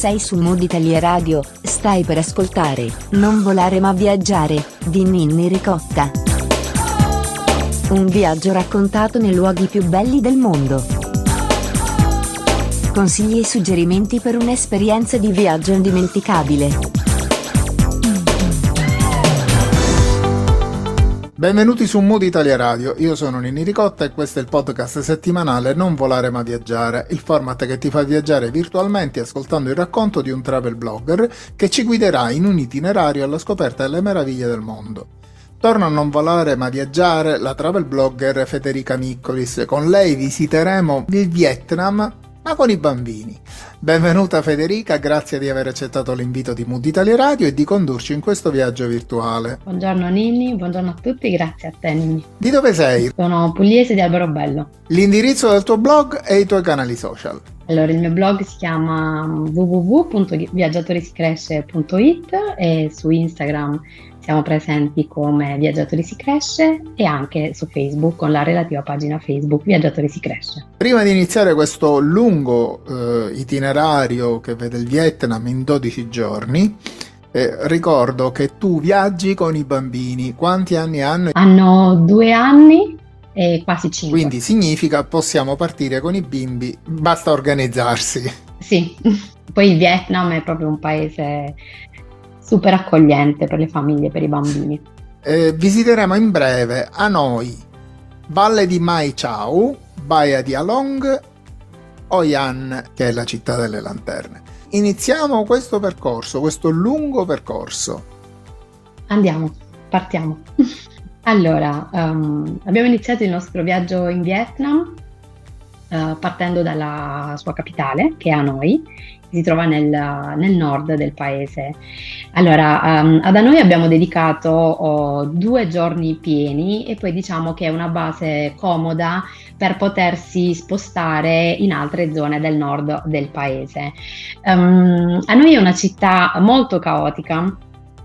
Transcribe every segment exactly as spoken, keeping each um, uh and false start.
Sei su Mood Italia Radio, stai per ascoltare Non volare ma viaggiare, di Ninni Ricotta. Un viaggio raccontato nei luoghi più belli del mondo. Consigli e suggerimenti per un'esperienza di viaggio indimenticabile. Benvenuti su Mood Italia Radio, io sono Ninni Ricotta e questo è il podcast settimanale Non volare ma viaggiare, il format che ti fa viaggiare virtualmente ascoltando il racconto di un travel blogger che ci guiderà in un itinerario alla scoperta delle meraviglie del mondo. Torna a Non volare ma viaggiare la travel blogger Federica Miccolis. Con lei visiteremo il Vietnam, ma con i bambini. Benvenuta Federica, grazie di aver accettato l'invito di Mood Italia Radio e di condurci in questo viaggio virtuale. Buongiorno Ninni, buongiorno a tutti, grazie a te Ninni. Di dove sei? Sono pugliese di Alberobello. L'indirizzo del tuo blog e i tuoi canali social. Allora, il mio blog si chiama w w w punto viaggiatorisicresce punto i t e su Instagram siamo presenti come Viaggiatori si cresce e anche su Facebook con la relativa pagina Facebook Viaggiatori si cresce. Prima di iniziare questo lungo eh, itinerario che vede il Vietnam in dodici giorni, eh, ricordo che tu viaggi con i bambini. Quanti anni hanno? Hanno due anni e quasi cinque. Quindi significa possiamo partire con i bimbi, basta organizzarsi. Sì, poi il Vietnam è proprio un paese super accogliente per le famiglie, per i bambini. Eh, visiteremo in breve Hanoi, Valle di Mai Chau, Baia di Along, Hoi An, che è la città delle lanterne. Iniziamo questo percorso, questo lungo percorso. Andiamo, partiamo. Allora, um, abbiamo iniziato il nostro viaggio in Vietnam uh, partendo dalla sua capitale, che è Hanoi, che si trova nel, nel nord del paese. Allora, um, ad Hanoi abbiamo dedicato oh, due giorni pieni e poi diciamo che è una base comoda per potersi spostare in altre zone del nord del paese. Um, Hanoi è una città molto caotica,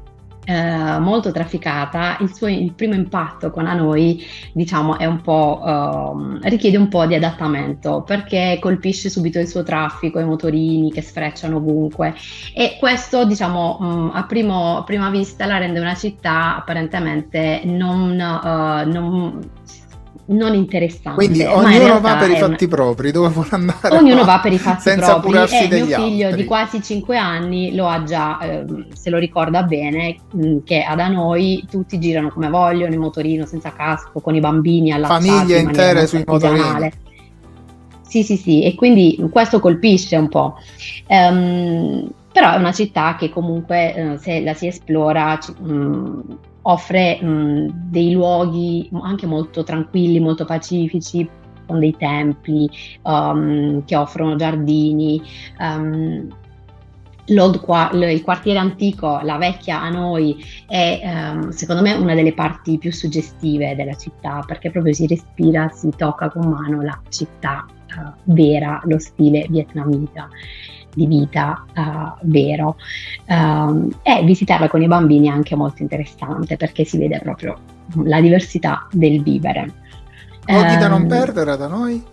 Eh, molto trafficata. Il suo il primo impatto con Hanoi diciamo è un po' eh, richiede un po' di adattamento perché colpisce subito il suo traffico, i motorini che sfrecciano ovunque e questo diciamo mh, a, primo, a prima vista la rende una città apparentemente non, uh, non non interessante. Quindi ognuno va per i fatti una... propri, dove vuole andare. Ognuno va per i fatti senza propri curarsi e degli mio figlio altri. Di quasi cinque anni lo ha già, eh, se lo ricorda bene, mh, che ad Hanoi tutti girano come vogliono, in motorino, senza casco, con i bambini allacciati. Famiglie intere sui motorini. Sì, sì, sì, e quindi questo colpisce un po'. Um, però è una città che comunque eh, se la si esplora ci, mh, offre mh, dei luoghi anche molto tranquilli, molto pacifici, con dei templi um, che offrono giardini. Um, l'old qua- il quartiere antico, la vecchia Hanoi, è um, secondo me una delle parti più suggestive della città perché proprio si respira, si tocca con mano la città uh, vera, lo stile vietnamita di vita uh, vero, um, e visitarla con i bambini è anche molto interessante perché si vede proprio la diversità del vivere. Luoghi um, da non Um, perdere da noi?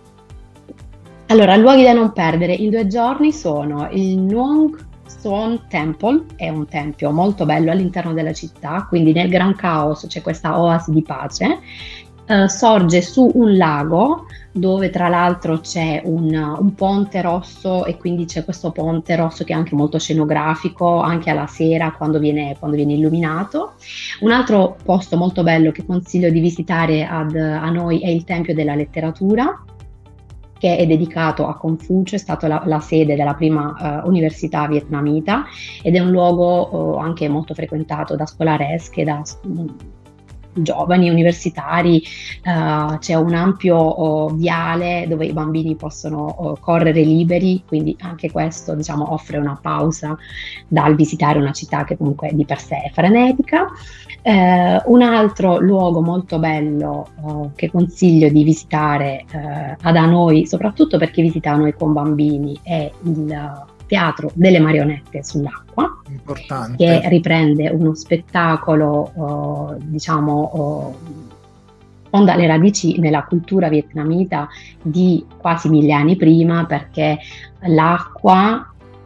Allora, luoghi da non perdere in due giorni sono il Nuong Son Temple, è un tempio molto bello all'interno della città, quindi nel gran caos c'è questa oasi di pace. Uh, sorge su un lago dove tra l'altro c'è un, un ponte rosso e quindi c'è questo ponte rosso che è anche molto scenografico anche alla sera quando viene, quando viene illuminato. Un altro posto molto bello che consiglio di visitare ad Hanoi è il Tempio della Letteratura, che è dedicato a Confucio, è stata la, la sede della prima uh, università vietnamita ed è un luogo uh, anche molto frequentato da scolaresche, da um, giovani universitari. Uh, c'è un ampio uh, viale dove i bambini possono uh, correre liberi, quindi anche questo diciamo offre una pausa dal visitare una città che comunque di per sé è frenetica. Uh, un altro luogo molto bello uh, che consiglio di visitare uh, ad Hanoi, soprattutto perché visita Hanoi con bambini, è il uh, Teatro delle Marionette sull'acqua, importante, che riprende uno spettacolo uh, diciamo uh, fonda le radici nella cultura vietnamita di quasi mille anni prima, perché l'acqua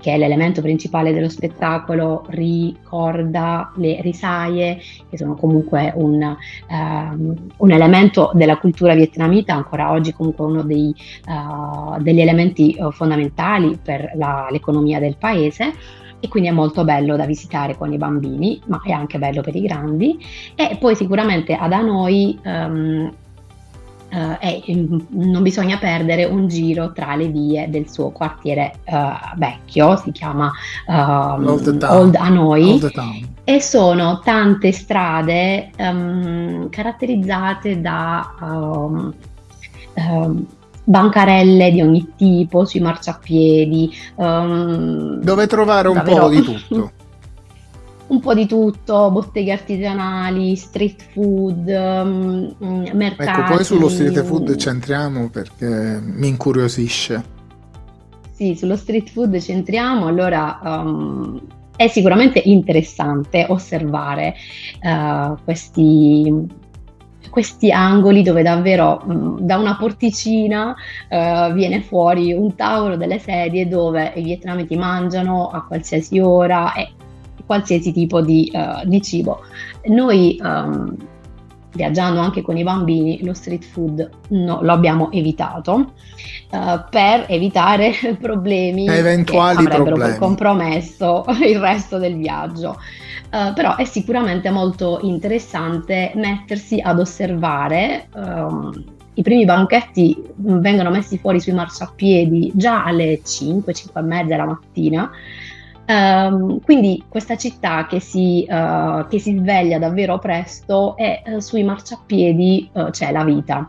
che è l'elemento principale dello spettacolo, ricorda le risaie, che sono comunque un, um, un elemento della cultura vietnamita, ancora oggi comunque uno dei, uh, degli elementi uh, fondamentali per la, l'economia del paese. E quindi è molto bello da visitare con i bambini, ma è anche bello per i grandi. E poi sicuramente ad Hanoi um, uh, è, non bisogna perdere un giro tra le vie del suo quartiere uh, vecchio, si chiama um, Old, Old Hanoi, Old Town. E sono tante strade um, caratterizzate da Um, um, bancarelle di ogni tipo, sui marciapiedi, um, dove trovare un davvero, po' di tutto. Un po' di tutto, botteghe artigianali, street food, um, mercati. Ecco, poi sullo street food centriamo perché mi incuriosisce. Sì, sullo street food centriamo, allora um, è sicuramente interessante osservare uh, questi questi angoli dove davvero mh, da una porticina uh, viene fuori un tavolo, delle sedie dove i vietnamiti mangiano a qualsiasi ora e qualsiasi tipo di, uh, di cibo. Noi um, viaggiando anche con i bambini lo street food no, lo abbiamo evitato uh, per evitare problemi eventuali che avrebbero problemi. compromesso il resto del viaggio. Uh, però è sicuramente molto interessante mettersi ad osservare. Um, I primi banchetti vengono messi fuori sui marciapiedi già alle cinque, cinque e mezza della mattina. Um, quindi questa città che si, uh, che si sveglia davvero presto e uh, sui marciapiedi uh, c'è la vita.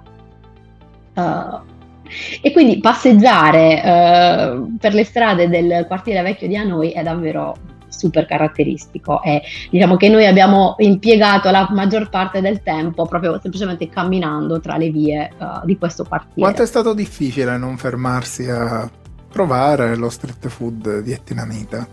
Uh, e quindi passeggiare uh, per le strade del quartiere vecchio di Hanoi è davvero super caratteristico e diciamo che noi abbiamo impiegato la maggior parte del tempo proprio semplicemente camminando tra le vie uh, di questo quartiere. Quanto è stato difficile non fermarsi a provare lo street food vietnamita?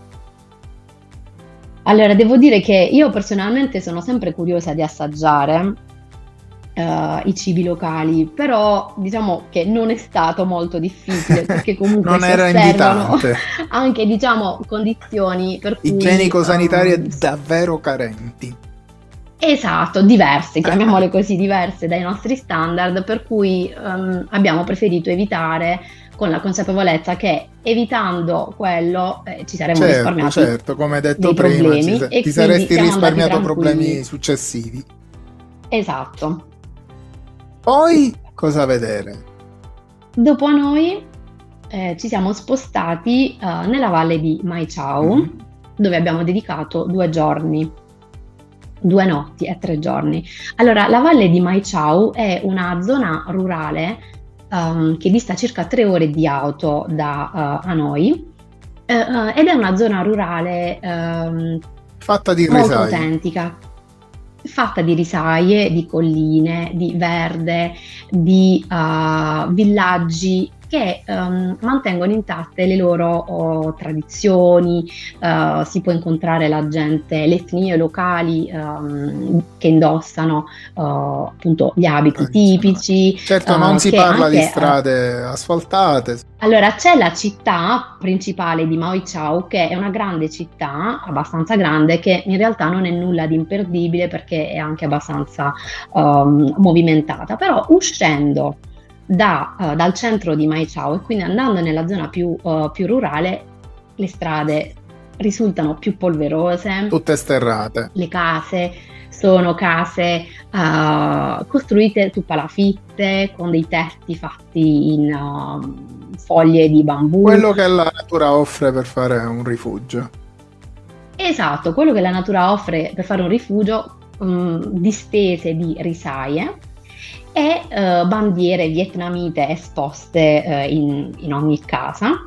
Allora, devo dire che io personalmente sono sempre curiosa di assaggiare Uh, i cibi locali, però diciamo che non è stato molto difficile perché comunque non si era osservano invitante. Anche diciamo condizioni per cui igienico-sanitarie um, davvero carenti. Esatto, diverse, chiamiamole così, diverse dai nostri standard, per cui um, abbiamo preferito evitare con la consapevolezza che evitando quello eh, ci saremmo certo, risparmiati certo, come hai detto dei prima, problemi ci, e ti saresti risparmiato problemi tranquilli. successivi. Esatto. Poi cosa vedere? Dopo a noi eh, ci siamo spostati uh, nella valle di Mai Chau, mm. dove abbiamo dedicato due giorni, due notti e tre giorni. Allora, la valle di Mai Chau è una zona rurale um, che dista circa tre ore di auto da uh, Hanoi uh, uh, ed è una zona rurale um, fatta di molto risaie. autentica. Fatta di risaie, di colline, di verde, di uh, villaggi che um, mantengono intatte le loro oh, tradizioni. Uh, si può incontrare la gente, le etnie locali um, che indossano uh, appunto gli abiti tipici. Certo, uh, non si parla anche, di strade uh, asfaltate. Allora, c'è la città principale di Mai Chau, che è una grande città, abbastanza grande, che in realtà non è nulla di imperdibile perché è anche abbastanza um, movimentata, però uscendo da, uh, dal centro di Mai Chau e quindi andando nella zona più, uh, più rurale, le strade risultano più polverose, tutte sterrate. Le case sono case uh, costruite su palafitte con dei tetti fatti in uh, foglie di bambù. Quello che la natura offre per fare un rifugio. Esatto, quello che la natura offre per fare un rifugio, um, distese di risaie e uh, bandiere vietnamite esposte uh, in, in ogni casa.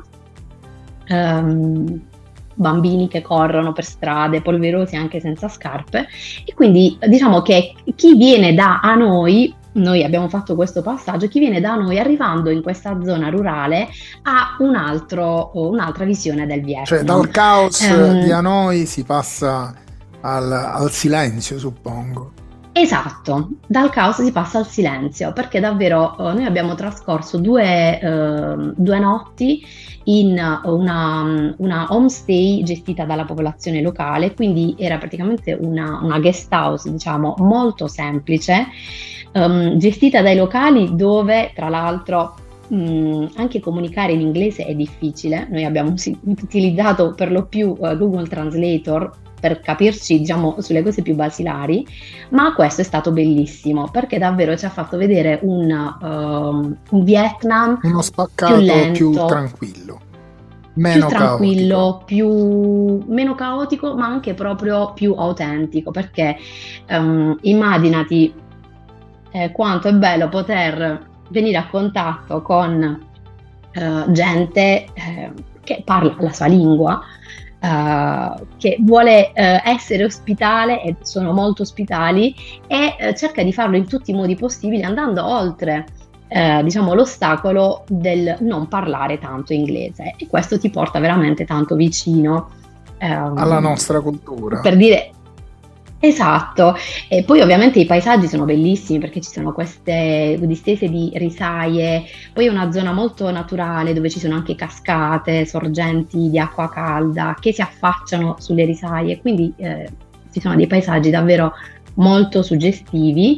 Um, bambini che corrono per strade polverose anche senza scarpe, e quindi diciamo che chi viene da Hanoi, noi abbiamo fatto questo passaggio, chi viene da noi arrivando in questa zona rurale ha un altro, un'altra visione del Vietnam. Cioè dal caos um, di Hanoi si passa al, al silenzio, suppongo. Esatto, dal caos si passa al silenzio, perché davvero eh, noi abbiamo trascorso due, eh, due notti in una, una homestay gestita dalla popolazione locale, quindi era praticamente una, una guest house, diciamo, molto semplice, ehm, gestita dai locali dove, tra l'altro, mh, anche comunicare in inglese è difficile. Noi abbiamo usi- utilizzato per lo più eh, Google Translator per capirci, diciamo, sulle cose più basilari, ma questo è stato bellissimo perché davvero ci ha fatto vedere un, um, un Vietnam Uno più spaccato più lento, tranquillo, più meno caotico. tranquillo, più meno caotico, ma anche proprio più autentico, perché um, immaginati eh, quanto è bello poter venire a contatto con eh, gente eh, che parla la sua lingua, eh, che vuole eh, essere ospitale, e sono molto ospitali, e eh, cerca di farlo in tutti i modi possibili, andando oltre eh, diciamo l'ostacolo del non parlare tanto inglese, e questo ti porta veramente tanto vicino ehm, Alla nostra cultura. per dire. Esatto, e poi ovviamente i paesaggi sono bellissimi perché ci sono queste distese di risaie, poi è una zona molto naturale dove ci sono anche cascate, sorgenti di acqua calda che si affacciano sulle risaie, quindi eh, ci sono dei paesaggi davvero molto suggestivi.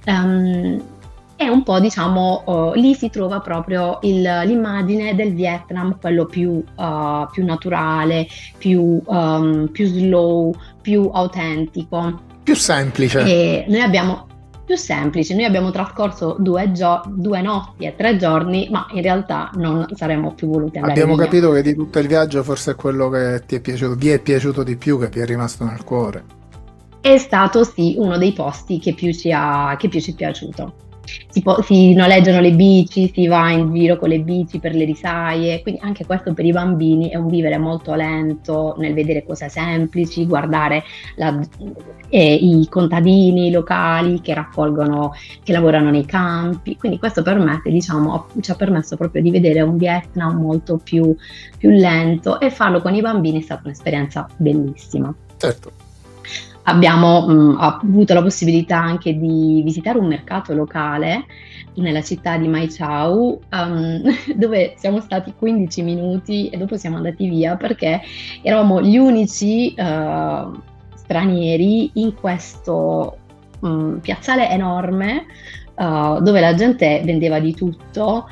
Um, e un po', diciamo, oh, lì si trova proprio il- l'immagine del Vietnam, quello più, uh, più naturale, più, um, più slow, più autentico. Più semplice. E noi abbiamo più semplice, noi abbiamo trascorso due, gio- due notti e tre giorni, ma in realtà non saremmo più voluti andare Abbiamo via. capito che di tutto il viaggio forse è quello che ti è piaciuto, vi è piaciuto di più, che vi è rimasto nel cuore. È stato sì uno dei posti che più ci ha, che più ci è piaciuto. Si, può- si noleggiano le bici, si va in giro con le bici per le risaie, quindi anche questo per i bambini è un vivere molto lento nel vedere cose semplici, guardare la- eh, i contadini locali che raccolgono, che lavorano nei campi, quindi questo permette, diciamo, ci ha permesso proprio di vedere un Vietnam molto più, più lento, e farlo con i bambini è stata un'esperienza bellissima. Certo. Abbiamo mh, avuto la possibilità anche di visitare un mercato locale nella città di Mai Chau, um, dove siamo stati quindici minuti e dopo siamo andati via perché eravamo gli unici eh, stranieri in questo mh, piazzale enorme eh, dove la gente vendeva di tutto.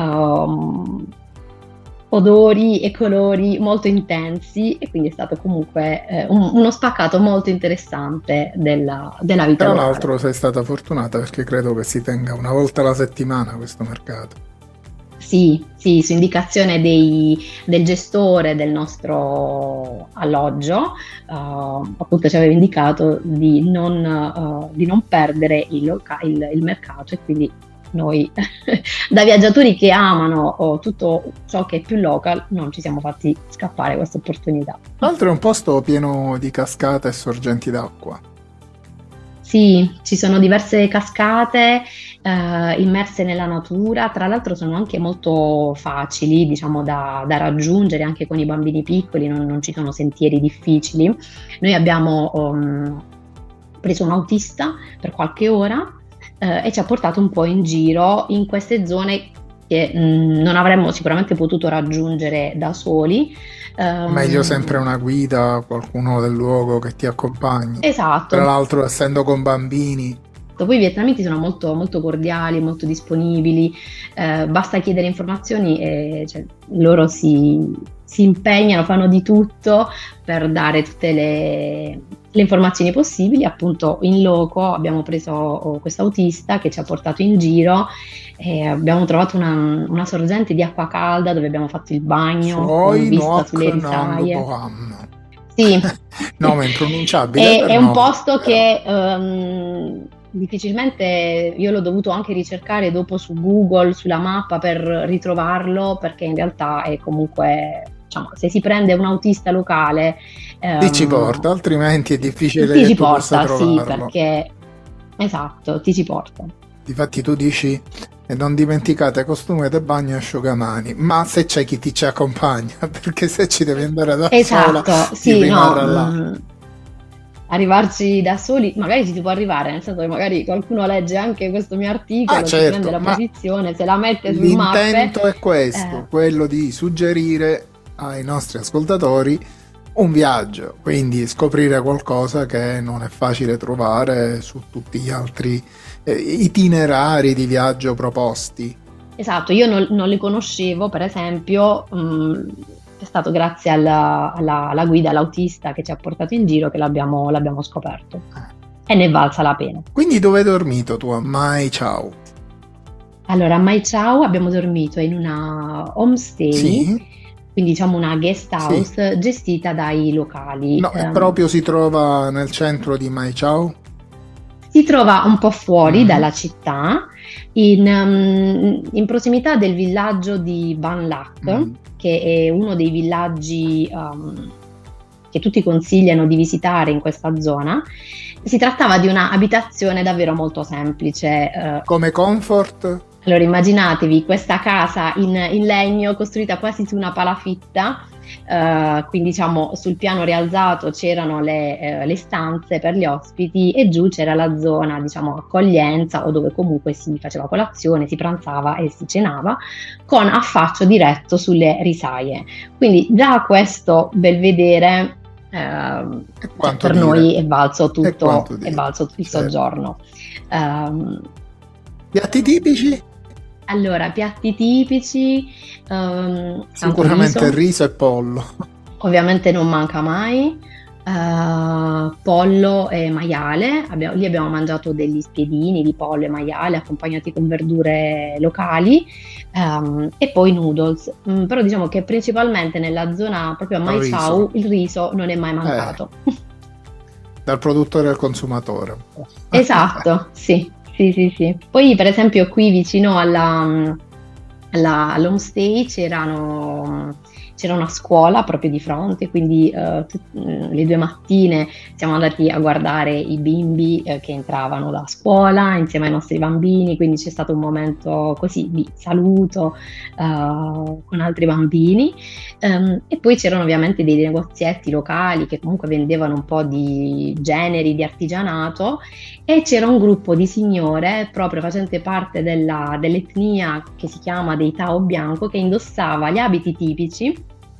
um, Odori e colori molto intensi, e quindi è stato comunque eh, un- uno spaccato molto interessante della, della vita Tra locale. l'altro sei stata fortunata perché credo che si tenga una volta alla settimana questo mercato. Sì, sì, su indicazione dei- del gestore del nostro alloggio, eh, appunto ci aveva indicato di non, eh, di non perdere il, loca- il- il mercato, e quindi noi, da viaggiatori che amano oh, tutto ciò che è più local, non ci siamo fatti scappare questa opportunità. Tra l'altro è un posto pieno di cascate e sorgenti d'acqua. Sì, ci sono diverse cascate eh, immerse nella natura, tra l'altro sono anche molto facili, diciamo, da, da raggiungere anche con i bambini piccoli, non, non ci sono sentieri difficili. Noi abbiamo um, preso un autista per qualche ora eh, e ci ha portato un po' in giro in queste zone che mh, non avremmo sicuramente potuto raggiungere da soli. Ehm, Meglio sempre una guida, qualcuno del luogo che ti accompagni. Esatto. Tra l'altro, essendo con bambini, Poi i vietnamiti sono molto, molto cordiali, molto disponibili, eh, basta chiedere informazioni e cioè, loro si, si impegnano, fanno di tutto per dare tutte le, le informazioni possibili. Appunto in loco abbiamo preso oh, questo autista che ci ha portato in giro e abbiamo trovato una, una sorgente di acqua calda dove abbiamo fatto il bagno con Soi vista Noak sulle Nam risaie. Boham. Sì. Nome impronunciabile. È, per è un nome, posto però. che ehm, difficilmente io l'ho dovuto anche ricercare dopo su Google, sulla mappa, per ritrovarlo, perché in realtà è comunque, diciamo, se si prende un autista locale Ti ci ehm, porta, altrimenti è difficile ti che ci tu possa porta, sì, trovarlo. perché esatto, ti ci porta. Difatti tu dici e non dimenticate costume da bagno e asciugamani, ma se c'è chi ti ci accompagna, perché se ci devi andare da sola Esatto, ti sì, no, rimarrà là. mh, arrivarci da soli, magari ci si può arrivare, nel senso che magari qualcuno legge anche questo mio articolo, Ah, si certo, prende la ma posizione, se la mette sul mappe. l'intento è questo, eh, quello di suggerire ai nostri ascoltatori un viaggio, quindi scoprire qualcosa che non è facile trovare su tutti gli altri eh, itinerari di viaggio proposti. Esatto, io non, non li conoscevo, per esempio, mh, è stato grazie alla, alla- alla guida, all'autista che ci ha portato in giro che l'abbiamo l'abbiamo scoperto e ne è valsa la pena. Quindi dove hai dormito tu a Mai Ciao? Allora, a Mai Ciao abbiamo dormito in una homestay, Sì? quindi diciamo una guest Sì. house gestita dai locali. No, e Ehm, proprio si trova nel centro di Mai Ciao? Si trova un po' fuori Mhm. dalla città, in, um, in prossimità del villaggio di Ban Lac, Mm. che è uno dei villaggi um, che tutti consigliano di visitare in questa zona. Si trattava di una abitazione davvero molto semplice. eh, Come comfort? allora immaginatevi questa casa in, in legno costruita quasi su una palafitta, eh, quindi diciamo sul piano rialzato c'erano le, eh, le stanze per gli ospiti e giù c'era la zona diciamo accoglienza o dove comunque si faceva colazione, si pranzava e si cenava con affaccio diretto sulle risaie. Quindi già questo belvedere eh, E cioè, quanto per dire? noi è valso E tutto, quanto è dire? valso il Certo. soggiorno. Ehm, Piatti tipici? allora, piatti tipici, ehm, tanto Sicuramente riso, riso e pollo. ovviamente non manca mai, eh, pollo e maiale, Abbia- lì abbiamo mangiato degli spiedini di pollo e maiale accompagnati con verdure locali, ehm, e poi noodles. Mm, però diciamo che principalmente nella zona proprio a Mai Riso. Chau il riso non è mai mancato. Dal produttore al consumatore. Esatto, sì, sì, sì, sì. Poi per esempio qui vicino alla, alla- all'homestay c'erano, c'era una scuola proprio di fronte, quindi eh, tut- mm, le due mattine siamo andati a guardare i bimbi eh, che entravano da scuola insieme ai nostri bambini, quindi c'è stato un momento così di saluto eh, con altri bambini. Ehm, e poi c'erano ovviamente dei negozietti locali che comunque vendevano un po' di generi di artigianato e c'era un gruppo di signore proprio facente parte della- dell'etnia che si chiama dei Tao Bianco che indossava gli abiti tipici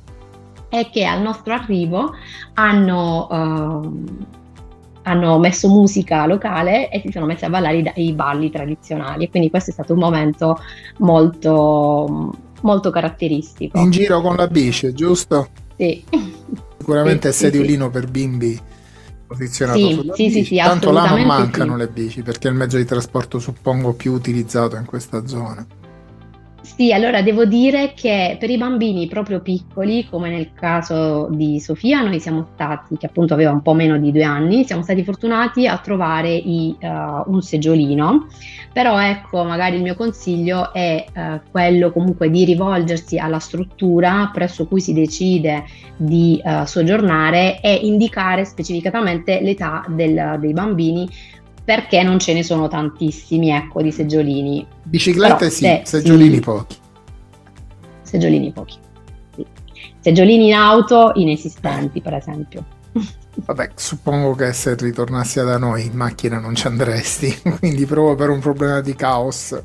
e che al nostro arrivo hanno, ehm, hanno messo musica locale e si sono messi a ballare i, da- i balli tradizionali. E quindi questo è stato un momento molto, molto caratteristico. In giro con la bici, giusto? Sì. Sicuramente Sì, sì, sì. sediolino per bimbi posizionato Sì, sulla sì, sì, bici. sì, Tanto là non assolutamente mancano sì. le bici perché è il mezzo di trasporto suppongo più utilizzato in questa zona. Sì, allora devo dire che per i bambini proprio piccoli, come nel caso di Sofia, noi siamo stati, che appunto aveva un po' meno di due anni, siamo stati fortunati a trovare i, eh, un seggiolino, però ecco, magari il mio consiglio è eh, quello comunque di rivolgersi alla struttura presso cui si decide di eh, soggiornare e indicare specificatamente l'età del- dei bambini perché non ce ne sono tantissimi, ecco, di seggiolini. Biciclette Però sì, se seggiolini si- pochi. seggiolini pochi. Sì. Seggiolini in auto inesistenti, per esempio. Vabbè, suppongo che se ritornassi da noi in macchina non ci andresti, quindi proprio per un problema di caos.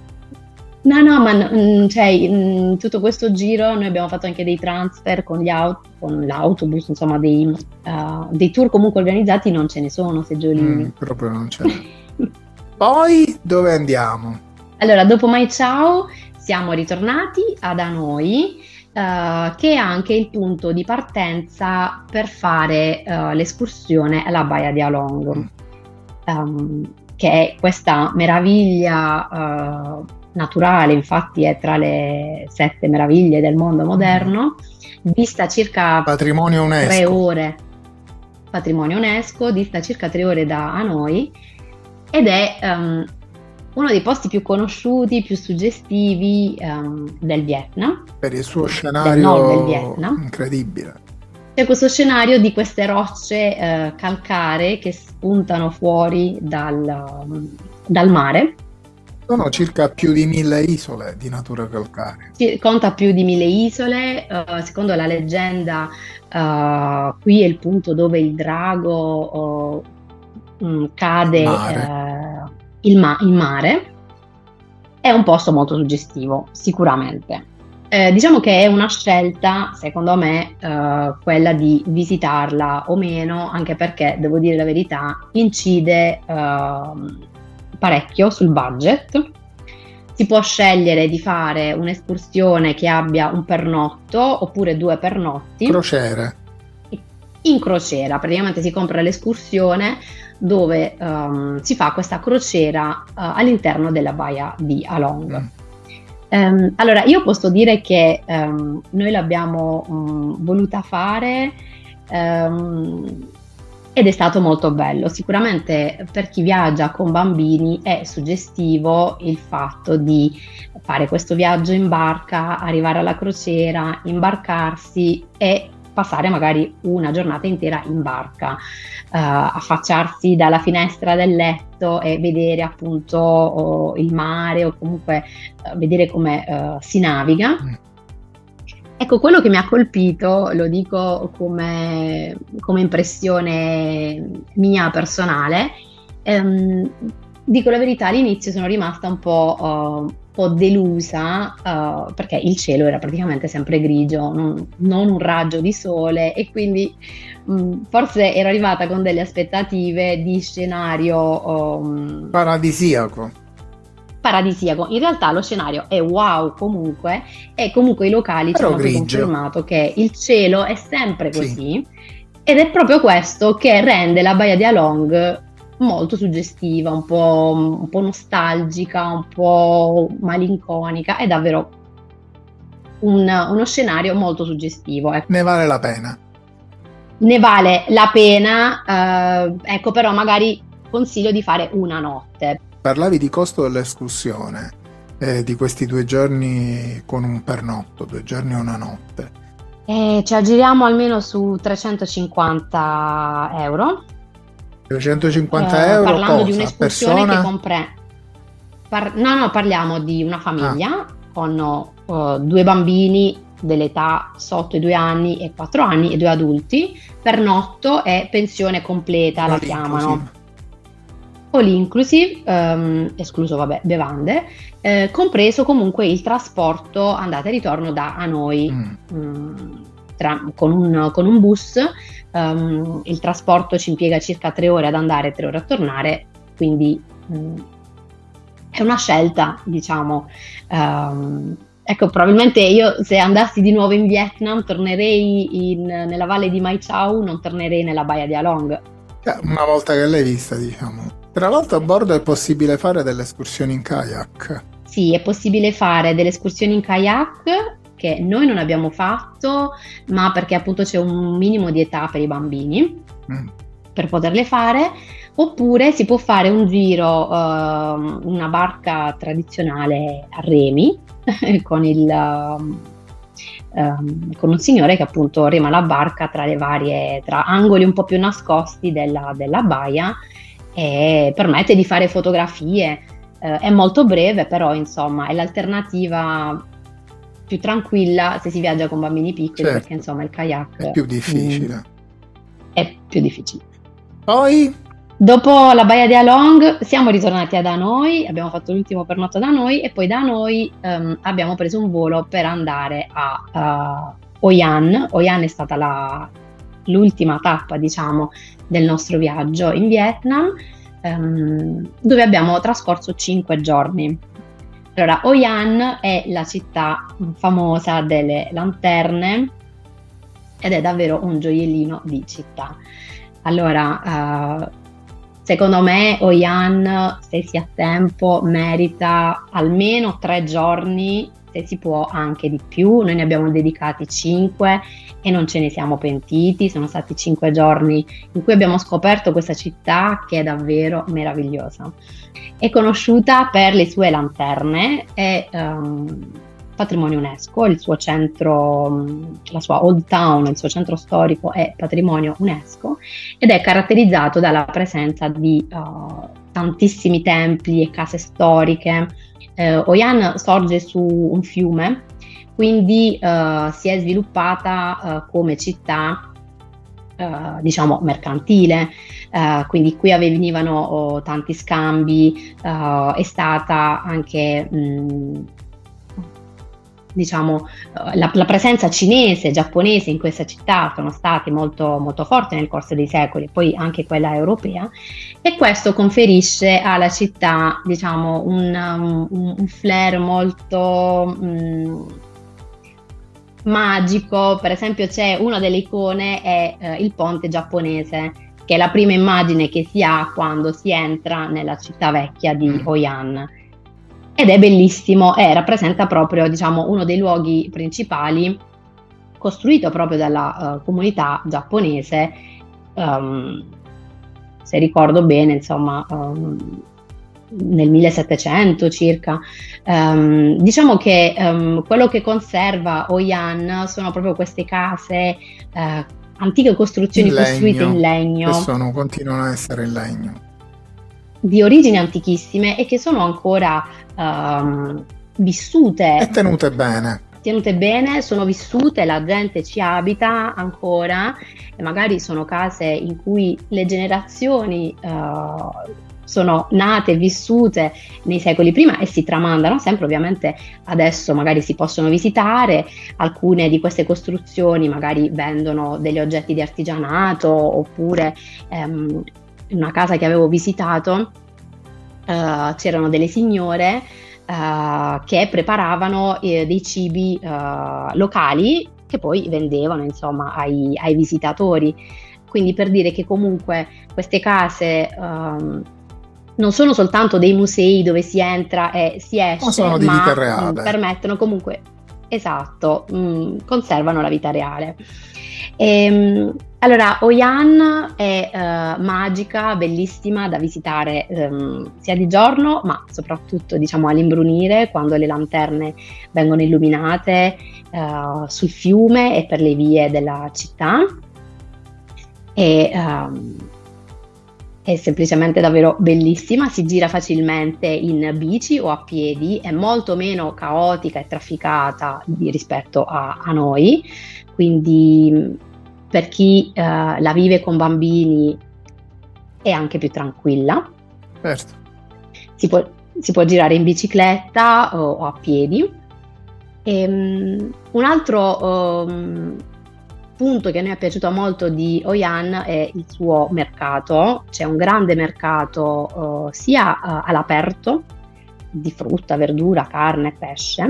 No, no, ma n- mm, cioè, in tutto questo giro noi abbiamo fatto anche dei transfer con gli au- con l'autobus, insomma, dei, uh, dei tour comunque organizzati, non ce ne sono Mm, seggiolini. proprio non c'è. Poi dove andiamo? Allora, dopo Mai Ciao siamo ritornati ad Hanoi, eh, che è anche il punto di partenza per fare eh, l'escursione alla Baia di Along, Mm. ehm, che è questa meraviglia eh, naturale, infatti è tra le sette meraviglie del mondo moderno, dista circa Patrimonio tre UNESCO. ore, patrimonio UNESCO, dista circa tre ore da Hanoi ed è ehm, uno dei posti più conosciuti, più suggestivi ehm, del Vietnam, Per il suo del nord del scenario Vietnam. incredibile. C'è questo scenario di queste rocce eh, calcaree che spuntano fuori dal, dal mare Sono circa più di mille isole di natura calcarea. Sì, conta più di mille isole, eh, secondo la leggenda, eh, qui è il punto dove il drago oh, mm, cade Mare. eh, il ma- in mare. È un posto molto suggestivo, sicuramente. Eh, diciamo che è una scelta, secondo me, eh, quella di visitarla o meno, anche perché, devo dire la verità, incide ehm, parecchio sul budget. Si può scegliere di fare un'escursione che abbia un pernotto oppure due pernotti Crociere. in crociera. Praticamente si compra l'escursione dove ehm, si fa questa crociera eh, all'interno della baia di Along. Mm. Ehm, allora, io posso dire che ehm, noi l'abbiamo mm, voluta fare ehm, ed è stato molto bello. Sicuramente per chi viaggia con bambini è suggestivo il fatto di fare questo viaggio in barca, arrivare alla crociera, imbarcarsi e passare magari una giornata intera in barca, eh, affacciarsi dalla finestra del letto e vedere appunto oh, il mare o comunque eh, vedere come eh, si naviga. Mm. Ecco, quello che mi ha colpito, lo dico come, come impressione mia personale, ehm, dico la verità, all'inizio sono rimasta un po', uh, un po' delusa uh, perché il cielo era praticamente sempre grigio, non, non un raggio di sole e quindi mh, forse ero arrivata con delle aspettative di scenario um, Paradisiaco. paradisiaco. In realtà lo scenario è wow comunque e comunque i locali ci Però hanno poi grigio. confermato che il cielo è sempre Sì. così ed è proprio questo che rende la baia di Along molto suggestiva, un po', un po' nostalgica, un po' malinconica, è davvero un- uno scenario molto suggestivo. Ecco. Ne vale la pena. Ne vale la pena, eh, ecco, però magari consiglio di fare una notte. Parlavi di costo dell'escursione, eh, di questi due giorni con un pernotto, due giorni e una notte. E ci aggiriamo almeno su trecentocinquanta euro. trecentocinquanta Eh, euro parlando di cosa? un'escursione Persona? che compre. par- no, no, parliamo di una famiglia con eh, due bambini dell'età sotto i due anni e quattro anni e due adulti, pernotto e pensione completa la All chiamano. inclusive. All inclusive, ehm, escluso vabbè, bevande, eh, compreso comunque il trasporto andata e ritorno da a noi. Mm. Mm, tra- con un, con un bus. Um, il trasporto ci impiega circa tre ore ad andare e tre ore a tornare, quindi mm, è una scelta, diciamo. Um, ecco, probabilmente io se andassi di nuovo in Vietnam tornerei in- nella valle di Mai Chau, non tornerei nella baia di Along. Eh, Una volta che l'hai vista, diciamo. Tra l'altro a bordo è possibile fare delle escursioni in kayak. Sì, è possibile fare delle escursioni in kayak che noi non abbiamo fatto, ma perché appunto c'è un minimo di età per i bambini Mm. per poterle fare, oppure si può fare un giro, ehm, una barca tradizionale a remi con il ehm, ehm, con un signore che appunto rema la barca tra le varie tra angoli un po' più nascosti della, della baia e permette di fare fotografie. Eh, è molto breve, però insomma è l'alternativa più tranquilla se si viaggia con bambini piccoli, Certo. perché insomma il kayak È più difficile. mm, è più difficile. Poi Dopo la baia di Along siamo ritornati ad Hanoi, abbiamo fatto l'ultimo pernotto ad Hanoi e poi da Hanoi ehm, abbiamo preso un volo per andare a uh, Hoi An. Hoi An è stata la- l'ultima tappa, diciamo, del nostro viaggio in Vietnam, ehm, dove abbiamo trascorso cinque giorni. Allora, Hoi An è la città famosa delle lanterne ed è davvero un gioiellino di città. Allora, eh, secondo me Hoi An, se si ha tempo, merita almeno tre giorni, se si può anche di più. Noi ne abbiamo dedicati cinque e non ce ne siamo pentiti. Sono stati cinque giorni in cui abbiamo scoperto questa città che è davvero meravigliosa. È conosciuta per le sue lanterne, è ehm, patrimonio UNESCO, il suo centro, mh, la sua Old Town, il suo centro storico è patrimonio UNESCO ed è caratterizzato dalla presenza di uh, tantissimi templi e case storiche. Eh, Hoi An sorge su un fiume, quindi eh, si è sviluppata eh, come città Uh, diciamo mercantile, uh, quindi qui avvenivano oh, tanti scambi, uh, è stata anche mh, diciamo uh, la, la presenza cinese, giapponese in questa città sono state molto, molto forti nel corso dei secoli, poi anche quella europea, e questo conferisce alla città diciamo un, un, un flair molto mh, magico. Per esempio c'è una delle icone è eh, il ponte giapponese, che è la prima immagine che si ha quando si entra nella città vecchia di Hoi An, ed è bellissimo e rappresenta proprio diciamo uno dei luoghi principali costruito proprio dalla uh, comunità giapponese, um, se ricordo bene insomma um, nel millesettecento circa. Um, diciamo che um, quello che conserva Hoi An sono proprio queste case, uh, antiche costruzioni in costruite legno, in legno, che sono, continuano a essere in legno, di origini antichissime e che sono ancora um, vissute e tenute bene. tenute bene, sono vissute, la gente ci abita ancora, e magari sono case in cui le generazioni uh, sono nate e vissute nei secoli prima e si tramandano sempre. Ovviamente adesso magari si possono visitare, alcune di queste costruzioni magari vendono degli oggetti di artigianato, oppure ehm, in una casa che avevo visitato eh, c'erano delle signore eh, che preparavano eh, dei cibi eh, locali che poi vendevano insomma ai, ai visitatori, quindi per dire che comunque queste case ehm, non sono soltanto dei musei dove si entra e si esce, ma sono di ma vita reale. mh, permettono comunque, esatto, mh, conservano la vita reale. E, mh, allora, Hoi An è uh, magica, bellissima da visitare um, sia di giorno, ma soprattutto diciamo all'imbrunire, quando le lanterne vengono illuminate uh, sul fiume e per le vie della città. E, um, è semplicemente davvero bellissima, si gira facilmente in bici o a piedi, è molto meno caotica e trafficata di, rispetto a, a noi, quindi per chi uh, la vive con bambini è anche più tranquilla. Certo. Si può, si può girare in bicicletta o, o a piedi. E, um, un altro um, punto che a noi è piaciuto molto di Hoi An è il suo mercato. C'è un grande mercato uh, sia uh, all'aperto di frutta, verdura, carne, pesce,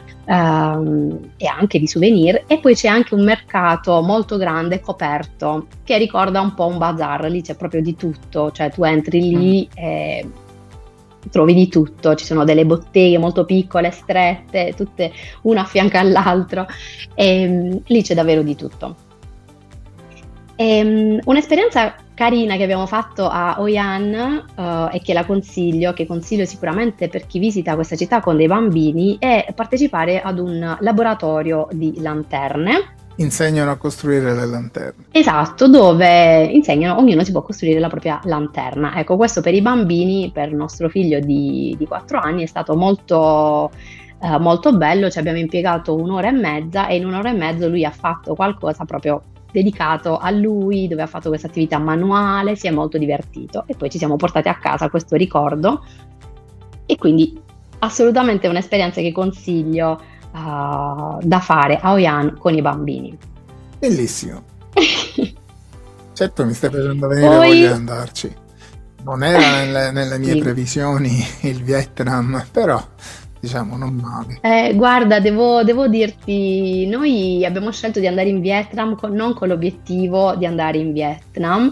um, e anche di souvenir, e poi c'è anche un mercato molto grande coperto che ricorda un po' un bazar. Lì c'è proprio di tutto, cioè tu entri lì e trovi di tutto, ci sono delle botteghe molto piccole, strette, tutte una a fianco all'altro, e um, lì c'è davvero di tutto. E, um, un'esperienza carina che abbiamo fatto a Hoi An uh, e che la consiglio, che consiglio sicuramente per chi visita questa città con dei bambini, è partecipare ad un laboratorio di lanterne. Insegnano a costruire le lanterne. Esatto, dove insegnano, ognuno si può costruire la propria lanterna. Ecco, questo per i bambini, per il nostro figlio di, di quattro anni, è stato molto, eh, molto bello. Ci abbiamo impiegato un'ora e mezza e in un'ora e mezza lui ha fatto qualcosa proprio dedicato a lui, dove ha fatto questa attività manuale, si è molto divertito e poi ci siamo portati a casa questo ricordo, e quindi assolutamente un'esperienza che consiglio Uh, da fare a Hoi An con i bambini. Bellissimo. Certo, mi stai facendo venire Poi... voglia di andarci. Non era nelle, nelle mie sì. previsioni il Vietnam, però diciamo non male. Eh, guarda, devo, devo dirti, noi abbiamo scelto di andare in Vietnam con, non con l'obiettivo di andare in Vietnam, uh,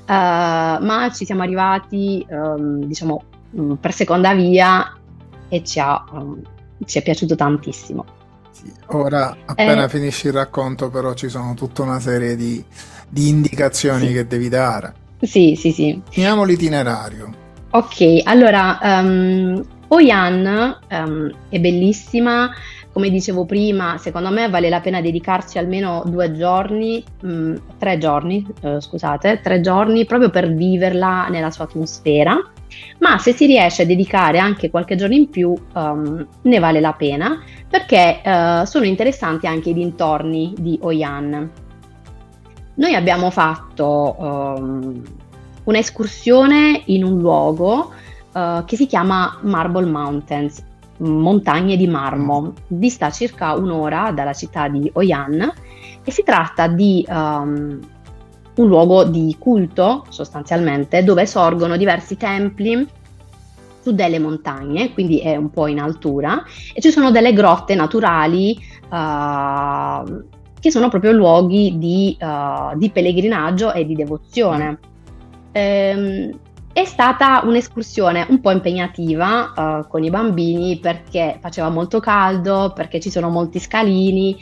ma ci siamo arrivati um, diciamo um, per seconda via e ci ha um, ci è piaciuto tantissimo. Sì, ora appena eh, finisci il racconto però ci sono tutta una serie di, di indicazioni sì. che devi dare. Sì, sì, sì. Finiamo l'itinerario. Ok, allora um, Hoi An um, è bellissima, come dicevo prima, secondo me vale la pena dedicarci almeno due giorni, mh, tre giorni, eh, scusate, tre giorni proprio per viverla nella sua atmosfera. Ma se si riesce a dedicare anche qualche giorno in più, um, ne vale la pena, perché uh, sono interessanti anche i dintorni di Hoi An. Noi abbiamo fatto um, un'escursione in un luogo uh, che si chiama Marble Mountains, montagne di marmo, dista circa un'ora dalla città di Hoi An, e si tratta di um, un luogo di culto, sostanzialmente, dove sorgono diversi templi su delle montagne, quindi è un po' in altura, e ci sono delle grotte naturali uh, che sono proprio luoghi di, uh, di pellegrinaggio e di devozione. Ehm, è stata un'escursione un po' impegnativa uh, con i bambini, perché faceva molto caldo, perché ci sono molti scalini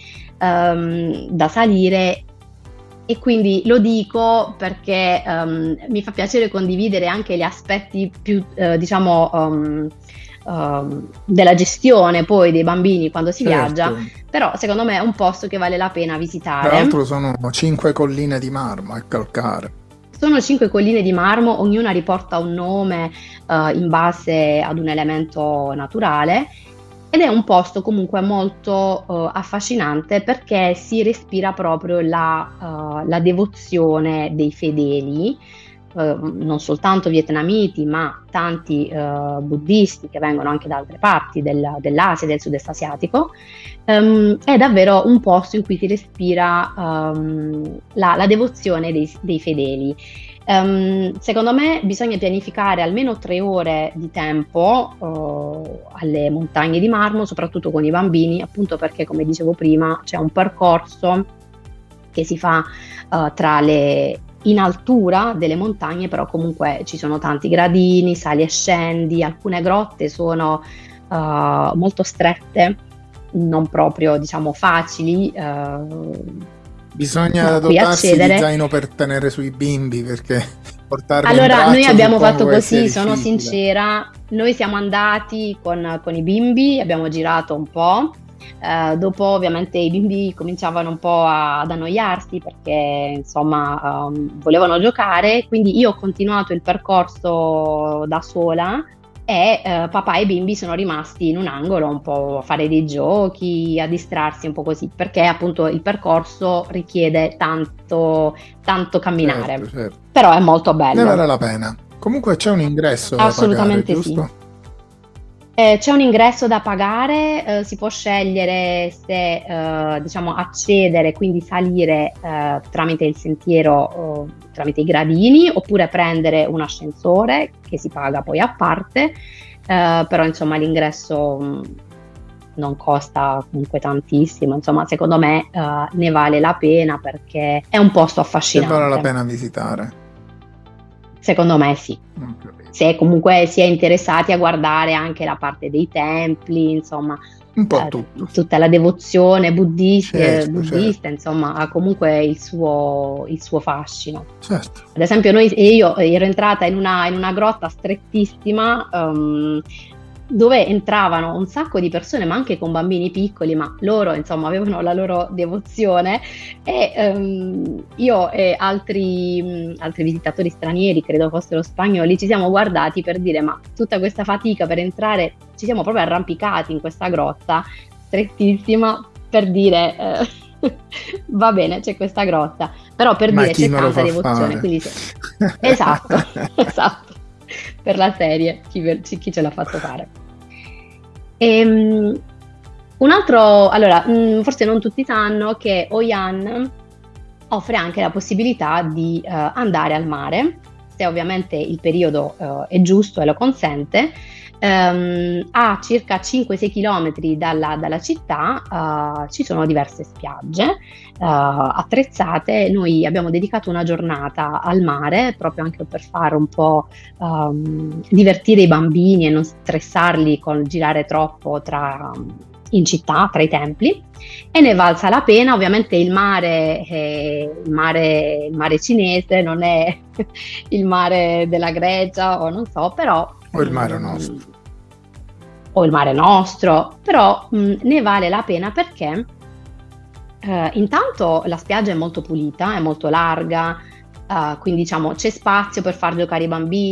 um, da salire. E quindi lo dico perché um, mi fa piacere condividere anche gli aspetti più, eh, diciamo, um, um, della gestione poi dei bambini quando si Certo. viaggia, però secondo me è un posto che vale la pena visitare. Tra l'altro sono cinque colline di marmo a calcare. Sono cinque colline di marmo, ognuna riporta un nome uh, in base ad un elemento naturale. Ed è un posto comunque molto uh, affascinante, perché si respira proprio la, uh, la devozione dei fedeli, uh, non soltanto vietnamiti, ma tanti uh, buddisti che vengono anche da altre parti del, dell'Asia e del sud-est asiatico. Um, è davvero un posto in cui si respira um, la, la devozione dei, dei fedeli. Um, secondo me bisogna pianificare almeno tre ore di tempo uh, alle montagne di marmo, soprattutto con i bambini, appunto perché, come dicevo prima, c'è un percorso che si fa uh, tra le in altura delle montagne, però comunque ci sono tanti gradini, sali e scendi, alcune grotte sono uh, molto strette, non proprio, diciamo, facili. Uh, Bisogna da cui dotarsi accedere. di zaino per tenere sui bimbi, perché portarli in Allora, braccio noi abbiamo suppongo fatto che sia così, sono difficile. sincera, noi siamo andati con, con i bimbi, abbiamo girato un po', eh, dopo ovviamente i bimbi cominciavano un po' a- ad annoiarsi, perché insomma ehm, volevano giocare, quindi io ho continuato il percorso da sola, e eh, papà e bimbi sono rimasti in un angolo un po' a fare dei giochi, a distrarsi un po' così, perché appunto il percorso richiede tanto, tanto camminare, Certo, certo. però è molto Ne bello. vale la pena. Comunque c'è un ingresso da pagare, Assolutamente sì. giusto? Eh, c'è un ingresso da pagare, eh, si può scegliere se eh, diciamo accedere, quindi salire eh, tramite il sentiero, eh, tramite i gradini, oppure prendere un ascensore che si paga poi a parte, eh, però insomma l'ingresso mh, non costa comunque tantissimo, insomma secondo me eh, ne vale la pena, perché è un posto Se affascinante. vale la pena visitare. Secondo me sì. Non capito. Se comunque si è interessati a guardare anche la parte dei templi, insomma, Un po' eh, tutto. tutta la devozione buddis- eh, Certo, buddista, insomma, ha comunque il suo, il suo fascino. Certo. Ad esempio, noi, io ero entrata in una, in una grotta strettissima, ehm, dove entravano un sacco di persone, ma anche con bambini piccoli, ma loro, insomma, avevano la loro devozione, e ehm, io e altri, mh, altri visitatori stranieri, credo fossero spagnoli, ci siamo guardati per dire: ma tutta questa fatica per entrare, ci siamo proprio arrampicati in questa grotta strettissima per dire eh, va bene, c'è questa grotta, però per Ma dire chi c'è me lo tanta fa devozione, fare? quindi se- esatto, esatto, per la serie, chi, ve- chi ce l'ha fatto fare. Ehm, un altro, allora, mh, forse non tutti sanno che Hoi An offre anche la possibilità di eh, andare al mare, se ovviamente il periodo eh, è giusto e lo consente. Ehm, a circa cinque sei chilometri dalla, dalla città eh, ci sono diverse spiagge eh, attrezzate. Noi abbiamo dedicato una giornata al mare, proprio anche per fare un po' ehm, divertire i bambini e non stressarli con girare troppo tra, in città, tra i templi, e ne valsa la pena. Ovviamente il mare, è, il mare, il mare cinese non è il mare della Grecia o non so, però O il mare mm, nostro. o il mare nostro, però mh, ne vale la pena, perché eh, intanto la spiaggia è molto pulita, è molto larga, eh, quindi diciamo c'è spazio per far giocare i bambini,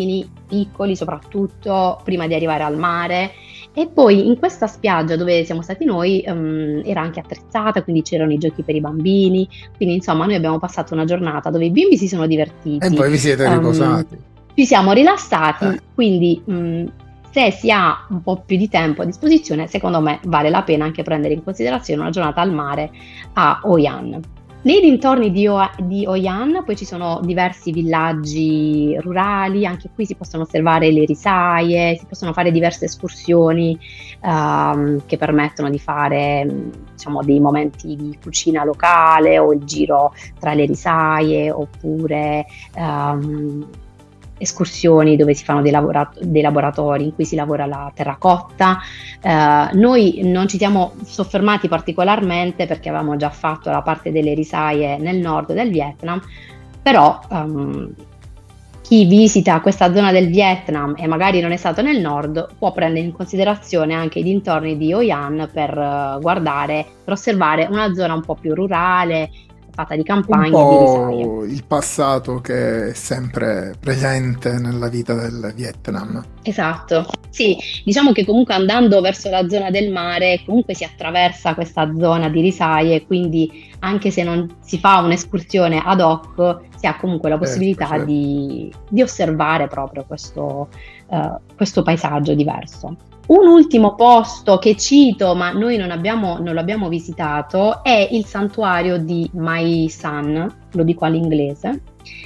piccoli, soprattutto prima di arrivare al mare. E poi in questa spiaggia dove siamo stati noi um, era anche attrezzata, quindi c'erano i giochi per i bambini, quindi insomma noi abbiamo passato una giornata dove i bimbi si sono divertiti. E voi vi siete um, riposati. Ci siamo rilassati, eh. quindi um, se si ha un po' più di tempo a disposizione, secondo me vale la pena anche prendere in considerazione una giornata al mare a Hoi An. Nei dintorni di, o- di Hoi An poi ci sono diversi villaggi rurali, anche qui si possono osservare le risaie, si possono fare diverse escursioni ehm, che permettono di fare mh, diciamo, dei momenti di cucina locale o il giro tra le risaie oppure ehm, escursioni dove si fanno dei, lavora- dei laboratori in cui si lavora la terracotta. Eh, noi non ci siamo soffermati particolarmente perché avevamo già fatto la parte delle risaie nel nord del Vietnam, però um, chi visita questa zona del Vietnam e magari non è stato nel nord può prendere in considerazione anche i dintorni di Hoi An per uh, guardare, per osservare una zona un po' più rurale, fatta di Un campagne e di risaie. po' il passato che è sempre presente nella vita del Vietnam. Esatto, sì, diciamo che comunque andando verso la zona del mare comunque si attraversa questa zona di risaie, quindi anche se non si fa un'escursione ad hoc, si ha comunque la Certo, possibilità certo. di, di osservare proprio questo, eh, questo paesaggio diverso. Un ultimo posto che cito, ma noi non abbiamo, non l'abbiamo visitato, è il santuario di Mai San, lo dico all'inglese,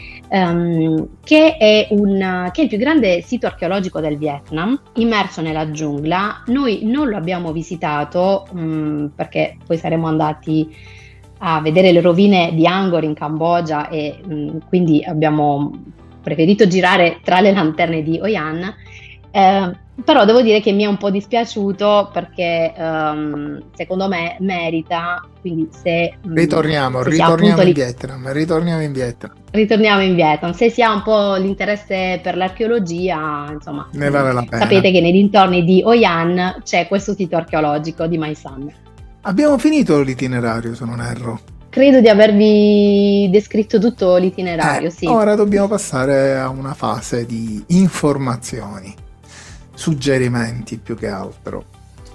ehm, che è, un, che è il più grande sito archeologico del Vietnam, immerso nella giungla. Noi non lo abbiamo visitato mh, perché poi saremmo andati a vedere le rovine di Angkor in Cambogia e mh, quindi abbiamo preferito girare tra le lanterne di Hoi An. Eh, però devo dire che mi è un po' dispiaciuto perché ehm, secondo me merita, quindi se, mh, Ritorniamo, se si ha appunto ritorniamo in lì, Vietnam, ritorniamo in Vietnam. ritorniamo in Vietnam, se si ha un po' l'interesse per l'archeologia, insomma, Ne mh, vale la pena. sapete che nei dintorni di Hoi An c'è questo sito archeologico di Mai San. Abbiamo finito l'itinerario, se non erro. Credo di avervi descritto tutto l'itinerario, Eh, sì. ora dobbiamo passare a una fase di informazioni, suggerimenti più che altro.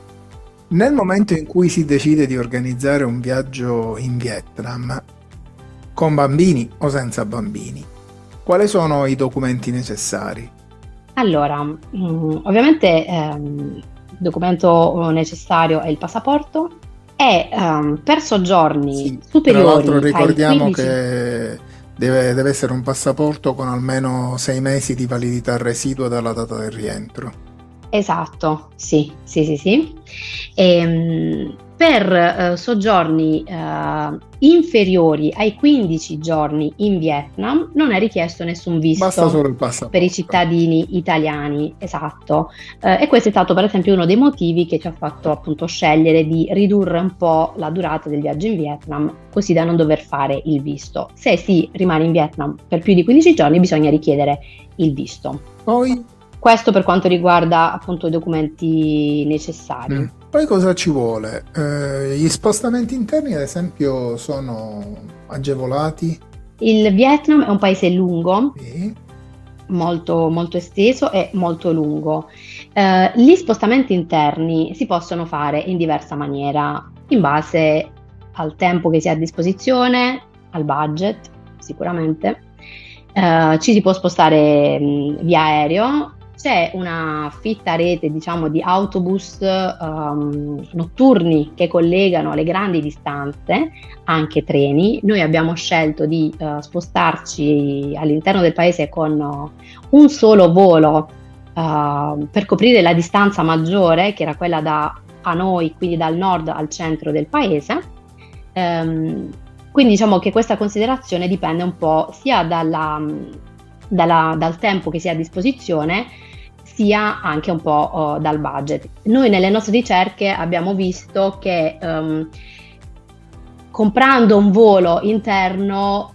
Nel momento in cui si decide di organizzare un viaggio in Vietnam, con bambini o senza bambini, quali sono i documenti necessari? Allora, mh, ovviamente ehm, il documento necessario è il passaporto e ehm, per soggiorni Sì, tra superiori l'altro ai ricordiamo quindici. che deve, deve essere un passaporto con almeno sei mesi di validità residua dalla data del rientro. Esatto, sì, sì, sì, sì. Ehm, per eh, soggiorni eh, inferiori ai quindici giorni in Vietnam non è richiesto nessun Basta visto solo il per i passaporto. cittadini italiani, esatto. Eh, e questo è stato per esempio uno dei motivi che ci ha fatto appunto scegliere di ridurre un po' la durata del viaggio in Vietnam, così da non dover fare il visto. Se si rimane in Vietnam per più di quindici giorni bisogna richiedere il visto. Poi, Questo per quanto riguarda appunto i documenti necessari. mm, poi cosa ci vuole? Eh, gli spostamenti interni, ad esempio, sono agevolati? Il Vietnam è un paese lungo, Sì. molto, molto esteso e molto lungo. Eh, gli spostamenti interni si possono fare in diversa maniera, in base al tempo che si ha a disposizione, al budget, sicuramente. Eh, ci si può spostare mh, via aereo. C'è una fitta rete, diciamo, di autobus ehm, notturni che collegano le grandi distanze, anche treni. Noi abbiamo scelto di eh, spostarci all'interno del paese con eh, un solo volo eh, per coprire la distanza maggiore, che era quella da Hanoi, quindi dal nord al centro del paese. Ehm, quindi diciamo che questa considerazione dipende un po' sia dalla, dalla- dal tempo che si ha a disposizione, sia anche un po' oh, dal budget. Noi nelle nostre ricerche abbiamo visto che ehm, comprando un volo interno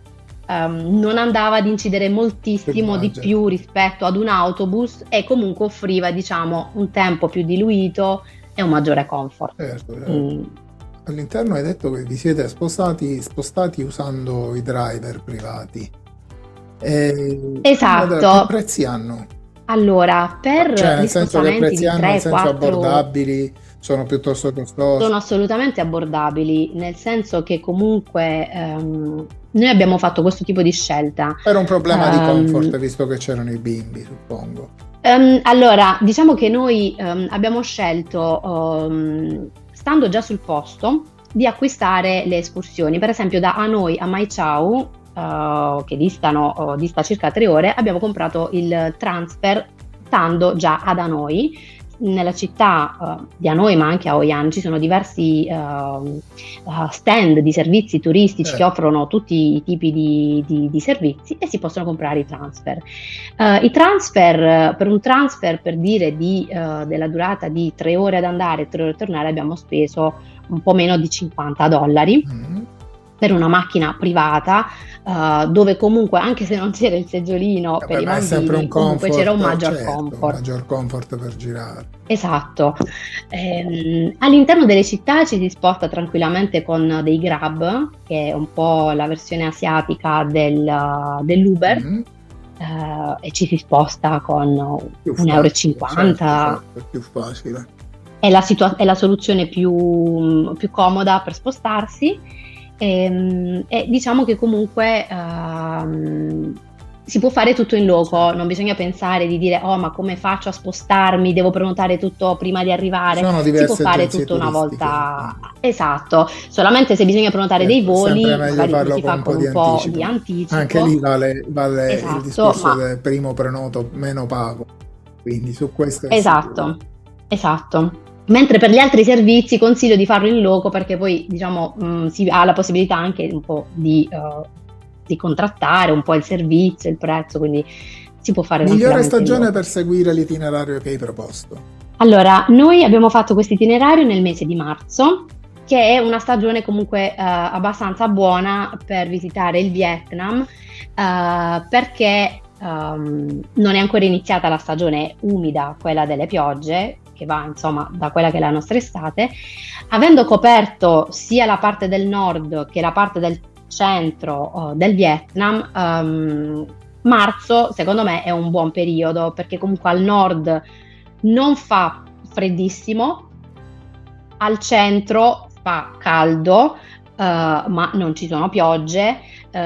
ehm, non andava ad incidere moltissimo Il di budget. più rispetto ad un autobus e comunque offriva, diciamo, un tempo più diluito e un maggiore comfort. Certo, certo. Mm. All'interno hai detto che vi siete spostati, spostati usando i driver privati. E Esatto. che prezzi hanno? Allora, per Cioè, gli nel senso che spostamenti prezzi di hanno, nel tre senso quattro abbordabili, sono piuttosto costosi. sono assolutamente abbordabili, nel senso che comunque ehm, noi abbiamo fatto questo tipo di scelta. Era un problema di comfort, Ehm, visto che c'erano i bimbi, suppongo. ehm, allora, diciamo che noi ehm, abbiamo scelto, ehm, stando già sul posto, di acquistare le escursioni. Per esempio, da Hanoi a Mai Chau, eh, che distano, eh, dista circa tre ore, abbiamo comprato il transfer stando già ad Hanoi. Nella città eh, di Hanoi, ma anche a Hoi An, ci sono diversi ehm, eh, stand di servizi turistici che Eh, offrono tutti i tipi di, di- di servizi e si possono comprare i transfer. Eh, i transfer, eh, per un transfer per dire di, eh, della durata di tre ore ad andare e tre ore a tornare, abbiamo speso un po' meno di cinquanta dollari mm. per una macchina privata, eh, dove comunque, anche se non c'era il seggiolino per Vabbè, i ma è sempre un bambini, comunque c'era un comfort, maggior certo, un comfort. maggior comfort per girare. Esatto. Ehm, all'interno delle città ci si sposta tranquillamente con dei Grab, che è un po' la versione asiatica del- dell'Uber, Mm. eh, e ci si sposta con Più un euro e facile, certo, cinquanta. certo, è più facile. È la, situa- è la soluzione più, più comoda per spostarsi. Ehm, E, diciamo che comunque ehm, si può fare tutto in loco, non bisogna pensare di dire oh ma come faccio a spostarmi, devo prenotare tutto prima di arrivare, Sono si può diverse fare agenzie tutto una turistiche, volta, suppongo. esatto, solamente se bisogna prenotare dei Certo, è sempre voli, meglio magari lo farlo si con fa un con po' di un po' di anticipo. Anche lì anticipo, vale, vale il esatto, discorso ma del primo prenoto meno pago, quindi su questo è sicuro. esatto, esatto. Mentre per gli altri servizi consiglio di farlo in loco perché poi diciamo mh, si ha la possibilità anche un po' di, eh, di contrattare un po' il servizio, il prezzo, quindi si può fare Migliore tranquillamente in stagione loco. per seguire l'itinerario che hai proposto. Allora, noi abbiamo fatto questo itinerario nel mese di marzo, che è una stagione comunque eh, abbastanza buona per visitare il Vietnam, eh, perché ehm, non è ancora iniziata la stagione umida, quella delle piogge, che va insomma da quella che è la nostra estate. Avendo coperto sia la parte del nord che la parte del centro eh, del Vietnam, ehm, marzo secondo me è un buon periodo perché comunque al nord non fa freddissimo, al centro fa caldo, eh, ma non ci sono piogge.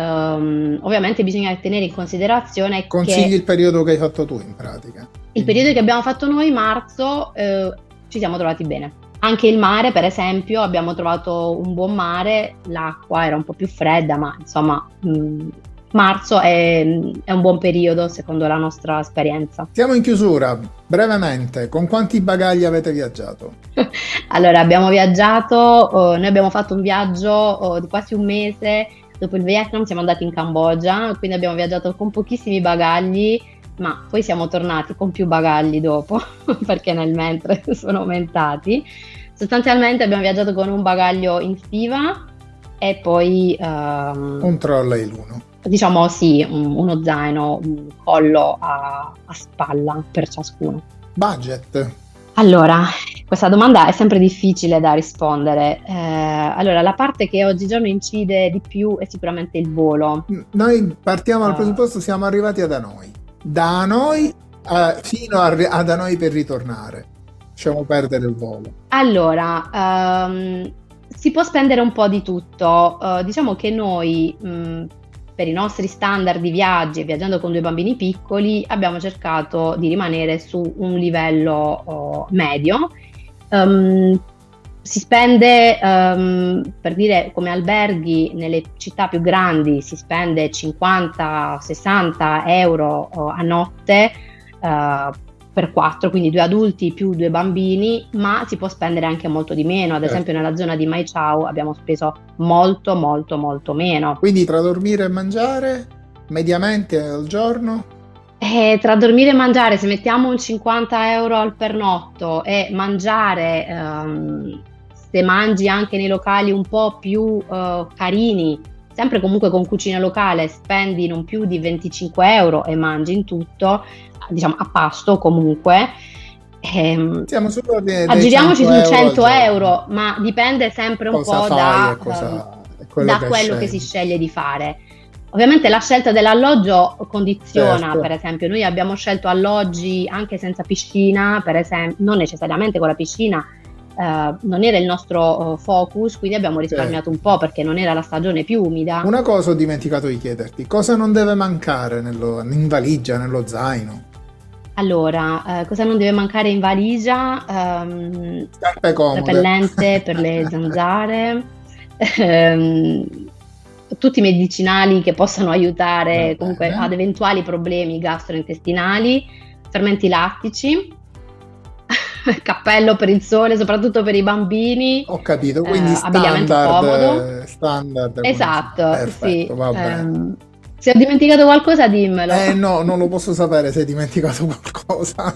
Ehm, ovviamente bisogna tenere in considerazione Consigli che il periodo che hai fatto tu in pratica. il periodo che abbiamo fatto noi, marzo, eh, ci siamo trovati bene. Anche il mare, per esempio, abbiamo trovato un buon mare, l'acqua era un po' più fredda, ma insomma, mh, marzo è, è un buon periodo secondo la nostra esperienza. Siamo in chiusura, brevemente, con quanti bagagli avete viaggiato? Allora, abbiamo viaggiato, eh, noi abbiamo fatto un viaggio eh, di quasi un mese, dopo il Vietnam siamo andati in Cambogia, quindi abbiamo viaggiato con pochissimi bagagli, ma poi siamo tornati con più bagagli dopo, perché nel mentre sono aumentati. Sostanzialmente abbiamo viaggiato con un bagaglio in stiva e poi ehm, Un trolley l'uno. diciamo sì, un- uno zaino, un collo a, a spalla per ciascuno. Budget. Allora, questa domanda è sempre difficile da rispondere. Eh, allora, la parte che oggigiorno incide di più è sicuramente il volo. Noi partiamo dal Ah. presupposto, siamo arrivati ad Hanoi. Da Hanoi eh, fino a, ad Hanoi per ritornare. Lasciamo perdere il volo. Allora, ehm, si può spendere un po' di tutto. Eh, diciamo che noi, mh, per i nostri standard di viaggi, e viaggiando con due bambini piccoli, abbiamo cercato di rimanere su un livello oh, medio. Ehm, si spende, ehm, per dire, come alberghi nelle città più grandi, si spende cinquanta sessanta euro oh, a notte eh, per quattro, quindi due adulti più due bambini, ma si può spendere anche molto di meno. Ad Certo. esempio nella zona di Mai Chau abbiamo speso molto molto molto meno. Quindi tra dormire e mangiare, mediamente al giorno, E tra dormire e mangiare, se mettiamo un cinquanta euro al pernotto e mangiare, ehm, se mangi anche nei locali un po' più eh, carini, sempre comunque con cucina locale, spendi non più di venticinque euro e mangi in tutto, diciamo a pasto comunque. Ehm, siamo sull'ordine dei aggiriamoci cento su euro al cento giorno. euro, ma dipende sempre un Cosa po' fai da, e cosa- ehm, è quello da che quello che scegli. si sceglie di fare. Ovviamente la scelta dell'alloggio condiziona, Certo. per esempio, noi abbiamo scelto alloggi anche senza piscina, per esempio, non necessariamente con la piscina, eh, non era il nostro eh, focus, quindi abbiamo risparmiato un po' perché non era la stagione più umida. Una cosa ho dimenticato di chiederti, cosa non deve mancare nello, in valigia, nello zaino? Allora, eh, cosa non deve mancare in valigia? Ehm, Scarpe comode. repellente per le zanzare, ehm, tutti i medicinali che possano aiutare Va comunque bene. ad eventuali problemi gastrointestinali, fermenti lattici, cappello per il sole, soprattutto per i bambini, Ho capito, quindi eh, abbigliamento comodo. standard, standard. come si- Esatto, Perfetto, sì. va bene. Ehm, se ho dimenticato qualcosa, dimmelo. Eh no, non lo posso sapere se hai dimenticato qualcosa.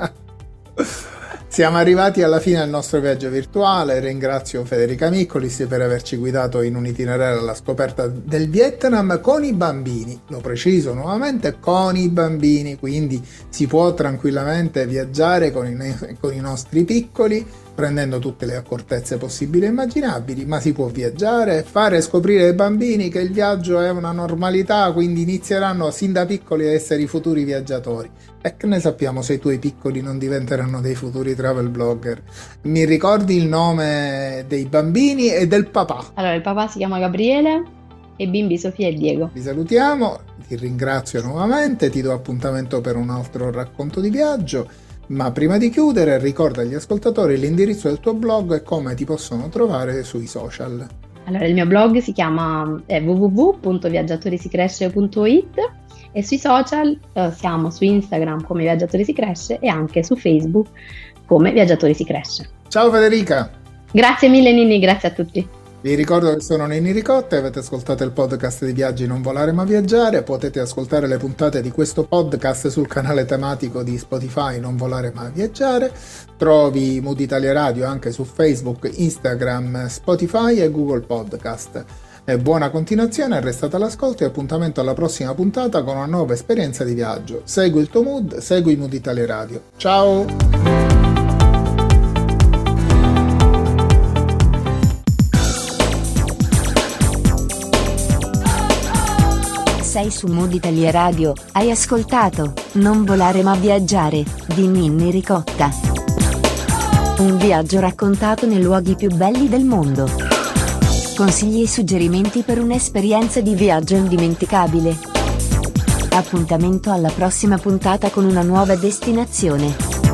Siamo arrivati alla fine del nostro viaggio virtuale. Ringrazio Federica Miccolis per averci guidato in un itinerario alla scoperta del Vietnam con i bambini. Lo preciso nuovamente, con i bambini, quindi si può tranquillamente viaggiare con i, con i nostri piccoli, prendendo tutte le accortezze possibili e immaginabili, ma si può viaggiare, fare scoprire ai bambini che il viaggio è una normalità, quindi inizieranno sin da piccoli a essere i futuri viaggiatori. E che ne sappiamo se i tuoi piccoli non diventeranno dei futuri travel blogger? Mi ricordi il nome dei bambini e del papà? Allora, il papà si chiama Gabriele e i bimbi Sofia e Diego. Vi salutiamo, ti ringrazio nuovamente, ti do appuntamento per un altro racconto di viaggio, ma prima di chiudere ricorda agli ascoltatori l'indirizzo del tuo blog e come ti possono trovare sui social. Allora, il mio blog si chiama eh, w w w punto viaggiatorisicresce punto i t e sui social eh, siamo su Instagram come Viaggiatori si cresce e anche su Facebook come Viaggiatori si cresce. Ciao Federica! Grazie mille Nini, grazie a tutti. Vi ricordo che sono Ninni Ricotta e avete ascoltato il podcast di Viaggi Non Volare Ma Viaggiare. Potete ascoltare le puntate di questo podcast sul canale tematico di Spotify Non Volare Ma Viaggiare. Trovi Mood Italia Radio anche su Facebook, Instagram, Spotify e Google Podcast. E buona continuazione, restate all'ascolto e appuntamento alla prossima puntata con una nuova esperienza di viaggio. Segui il tuo mood, segui Mood Italia Radio. Ciao! Sei su Mood Italia Radio, hai ascoltato Non volare ma viaggiare di Ninni Ricotta. Un viaggio raccontato nei luoghi più belli del mondo. Consigli e suggerimenti per un'esperienza di viaggio indimenticabile. Appuntamento alla prossima puntata con una nuova destinazione.